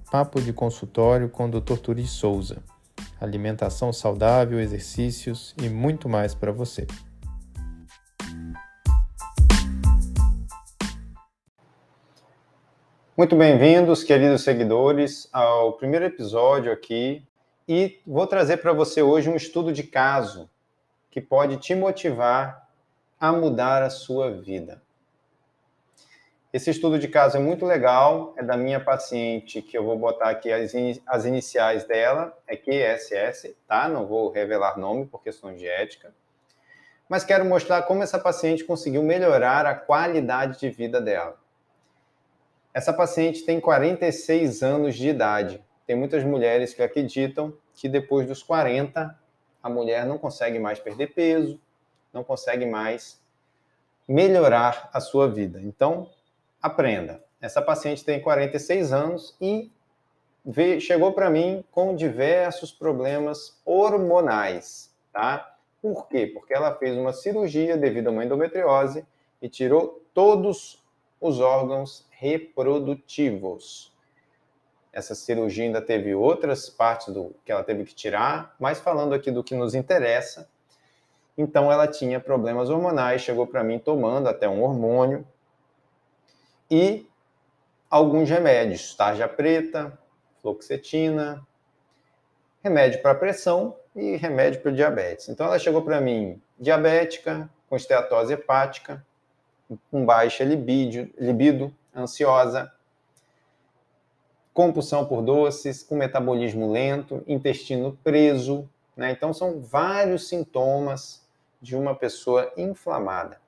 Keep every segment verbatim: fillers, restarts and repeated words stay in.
Papo de consultório com doutor Turi Souza. Alimentação saudável, exercícios e muito mais para você. Muito bem-vindos, queridos seguidores, ao primeiro episódio aqui. E vou trazer para você hoje um estudo de caso que pode te motivar a mudar a sua vida. Esse estudo de caso é muito legal, é da minha paciente, que eu vou botar aqui as, in as iniciais dela, é Q S S, tá? Não vou revelar nome por questões de ética. Mas quero mostrar como essa paciente conseguiu melhorar a qualidade de vida dela. Essa paciente tem quarenta e seis anos de idade. Tem muitas mulheres que acreditam que depois dos quarenta, a mulher não consegue mais perder peso, não consegue mais melhorar a sua vida. Então, aprenda. Essa paciente tem quarenta e seis anos e veio, chegou para mim com diversos problemas hormonais, tá? Por quê? Porque ela fez uma cirurgia devido a uma endometriose e tirou todos os órgãos reprodutivos. Essa cirurgia ainda teve outras partes do que ela teve que tirar, mas falando aqui do que nos interessa, então ela tinha problemas hormonais, chegou para mim tomando até um hormônio, e alguns remédios, tarja preta, fluoxetina, remédio para pressão e remédio para diabetes. Então ela chegou para mim diabética, com esteatose hepática, com baixa libido, libido, ansiosa, compulsão por doces, com metabolismo lento, intestino preso, né? Então são vários sintomas de uma pessoa inflamada.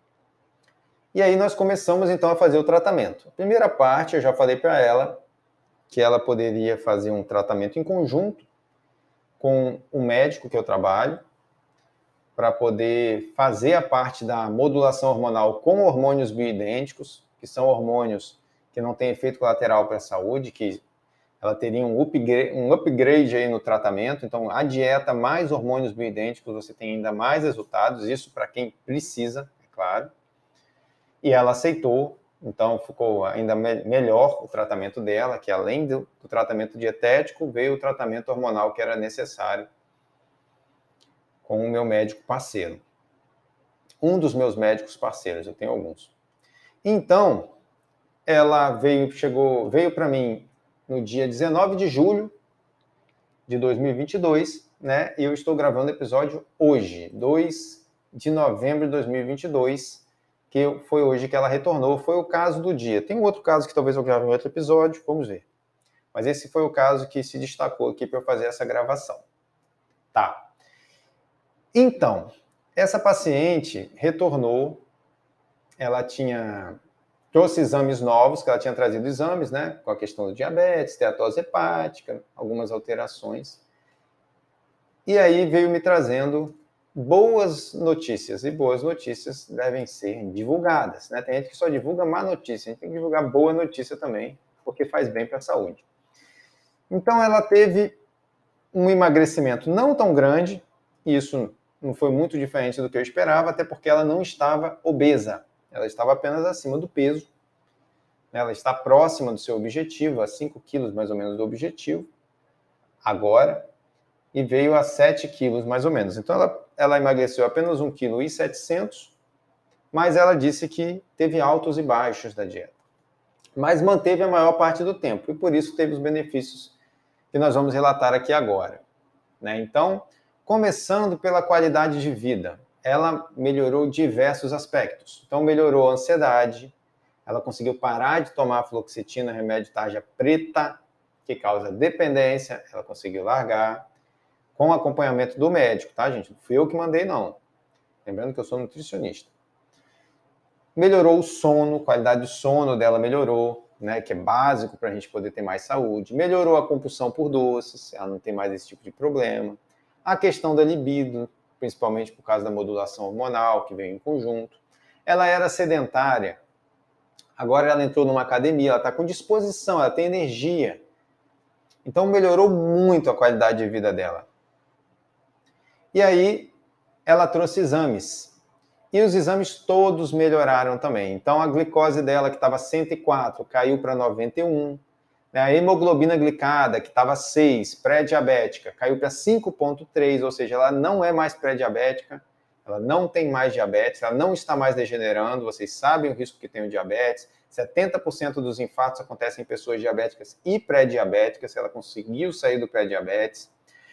E aí nós começamos, então, a fazer o tratamento. A primeira parte, eu já falei para ela que ela poderia fazer um tratamento em conjunto com o médico que eu trabalho, para poder fazer a parte da modulação hormonal com hormônios bioidênticos, que são hormônios que não têm efeito colateral para a saúde, que ela teria um upgrade, um upgrade aí no tratamento. Então, a dieta mais hormônios bioidênticos, você tem ainda mais resultados, isso para quem precisa, é claro. E ela aceitou, então ficou ainda me melhor o tratamento dela, que além do, do tratamento dietético, veio o tratamento hormonal que era necessário com o meu médico parceiro. Um dos meus médicos parceiros, eu tenho alguns. Então, ela veio, chegou, veio para mim no dia dezenove de julho de dois mil e vinte e dois, né? E eu estou gravando o episódio hoje, dois de novembro de dois mil e vinte e dois, que foi hoje que ela retornou, foi o caso do dia. Tem um outro caso que talvez eu grave em outro episódio, vamos ver. Mas esse foi o caso que se destacou aqui para eu fazer essa gravação. Tá. Então, essa paciente retornou, ela tinha, trouxe exames novos, que ela tinha trazido exames, né, com a questão do diabetes, esteatose hepática, algumas alterações. E aí veio me trazendo boas notícias, e boas notícias devem ser divulgadas, né? Tem gente que só divulga má notícia, a gente tem que divulgar boa notícia também, porque faz bem para a saúde. Então ela teve um emagrecimento não tão grande, e isso não foi muito diferente do que eu esperava, até porque ela não estava obesa, ela estava apenas acima do peso, ela está próxima do seu objetivo, a cinco quilos mais ou menos do objetivo, agora, e veio a sete quilos mais ou menos. Então ela, ela emagreceu apenas um vírgula setecentos quilos, mas ela disse que teve altos e baixos da dieta. Mas manteve a maior parte do tempo, e por isso teve os benefícios que nós vamos relatar aqui agora, né? Então, começando pela qualidade de vida, ela melhorou diversos aspectos. Então melhorou a ansiedade, ela conseguiu parar de tomar fluoxetina, remédio tarja preta, que causa dependência, ela conseguiu largar, com acompanhamento do médico, tá, gente? Não fui eu que mandei, não. Lembrando que eu sou nutricionista. Melhorou o sono, qualidade do sono dela melhorou, né? Que é básico para a gente poder ter mais saúde. Melhorou a compulsão por doces, ela não tem mais esse tipo de problema. A questão da libido, principalmente por causa da modulação hormonal, que veio em conjunto. Ela era sedentária. Agora ela entrou numa academia, ela está com disposição, ela tem energia. Então melhorou muito a qualidade de vida dela. E aí, ela trouxe exames. E os exames todos melhoraram também. Então, a glicose dela, que estava cento e quatro, caiu para noventa e um. A hemoglobina glicada, que estava seis, pré-diabética, caiu para cinco vírgula três, ou seja, ela não é mais pré-diabética, ela não tem mais diabetes, ela não está mais degenerando, vocês sabem o risco que tem o diabetes, setenta por cento dos infartos acontecem em pessoas diabéticas e pré-diabéticas, se ela conseguiu sair do pré-diabetes.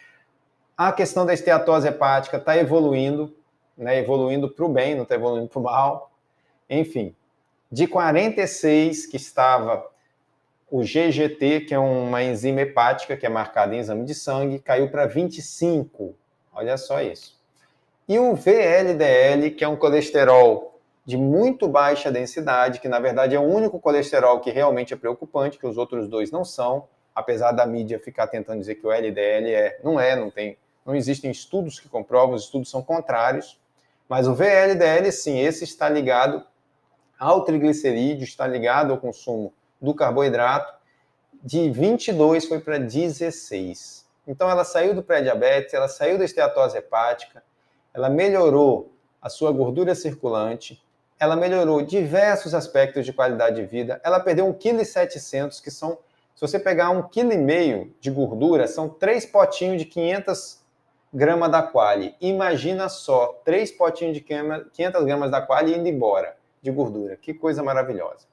A questão da esteatose hepática está evoluindo, né, evoluindo para o bem, não está evoluindo para o mal. Enfim, de quarenta e seis que estava o G G T, que é uma enzima hepática, que é marcada em exame de sangue, caiu para vinte e cinco. Olha só isso. E o V L D L, que é um colesterol de muito baixa densidade, que na verdade é o único colesterol que realmente é preocupante, que os outros dois não são, apesar da mídia ficar tentando dizer que o L D L é, não é, não tem, não existem estudos que comprovam, os estudos são contrários, mas o V L D L, sim, esse está ligado ao triglicerídeo, está ligado ao consumo do carboidrato, de vinte e dois foi para dezesseis. Então ela saiu do pré-diabetes, ela saiu da esteatose hepática, ela melhorou a sua gordura circulante, ela melhorou diversos aspectos de qualidade de vida, ela perdeu um vírgula sete quilos, que são, se você pegar um vírgula cinco quilos de gordura, são três potinhos de quinhentas gramas da Qualy. Imagina só, três potinhos de quinhentas gramas da Qualy indo embora de gordura. Que coisa maravilhosa.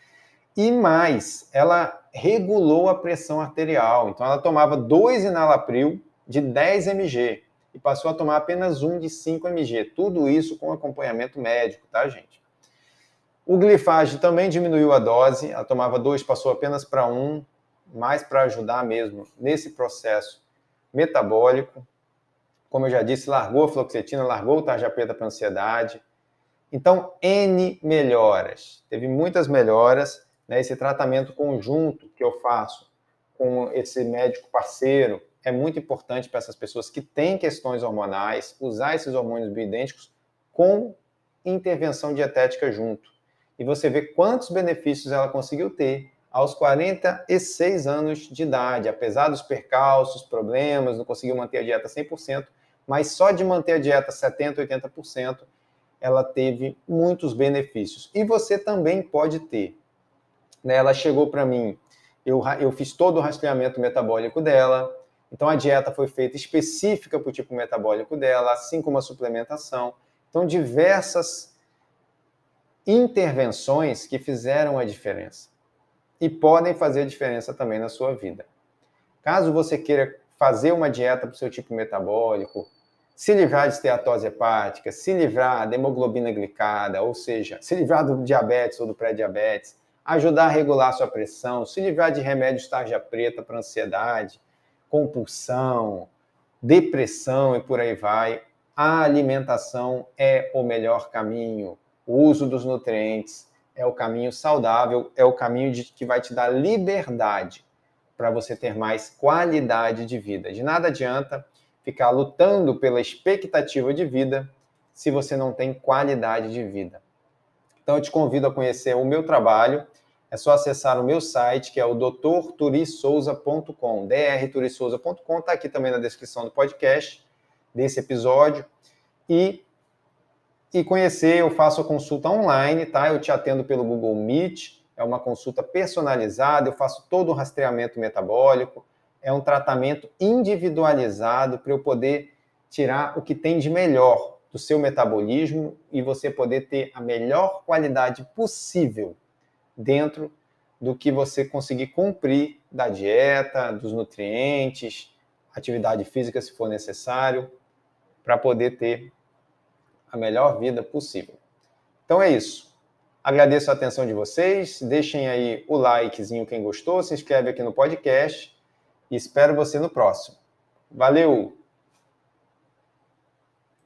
E mais, ela regulou a pressão arterial. Então, ela tomava dois enalapril de dez mililitros e passou a tomar apenas um de cinco mililitros. Tudo isso com acompanhamento médico, tá, gente? O glifage também diminuiu a dose. Ela tomava dois, passou apenas para um, mais para ajudar mesmo nesse processo metabólico. Como eu já disse, largou a fluoxetina, largou o tarja preta para ansiedade. Então, N melhoras. Teve muitas melhoras. Esse tratamento conjunto que eu faço com esse médico parceiro é muito importante para essas pessoas que têm questões hormonais, usar esses hormônios bioidênticos com intervenção dietética junto. E você vê quantos benefícios ela conseguiu ter aos quarenta e seis anos de idade, apesar dos percalços, problemas, não conseguiu manter a dieta cem por cento, mas só de manter a dieta setenta por cento, oitenta por cento, ela teve muitos benefícios. E você também pode ter. Ela chegou para mim, eu, eu fiz todo o rastreamento metabólico dela, então a dieta foi feita específica para o tipo metabólico dela, assim como a suplementação. Então, diversas intervenções que fizeram a diferença e podem fazer a diferença também na sua vida. Caso você queira fazer uma dieta para o seu tipo metabólico, se livrar de esteatose hepática, se livrar da hemoglobina glicada, ou seja, se livrar do diabetes ou do pré-diabetes, ajudar a regular a sua pressão, se livrar de remédios tarja preta para ansiedade, compulsão, depressão e por aí vai, a alimentação é o melhor caminho. O uso dos nutrientes é o caminho saudável, é o caminho de, que vai te dar liberdade para você ter mais qualidade de vida. De nada adianta ficar lutando pela expectativa de vida se você não tem qualidade de vida. Então, eu te convido a conhecer o meu trabalho. É só acessar o meu site, que é o doutor turi souza ponto com. d r turi souza ponto com, está aqui também na descrição do podcast, desse episódio. E, e conhecer, eu faço a consulta online, tá? Eu te atendo pelo Google Meet, é uma consulta personalizada, eu faço todo o rastreamento metabólico, é um tratamento individualizado para eu poder tirar o que tem de melhor do seu metabolismo e você poder ter a melhor qualidade possível dentro do que você conseguir cumprir da dieta, dos nutrientes, atividade física se for necessário, para poder ter a melhor vida possível. Então é isso. Agradeço a atenção de vocês, deixem aí o likezinho quem gostou, se inscreve aqui no podcast e espero você no próximo. Valeu!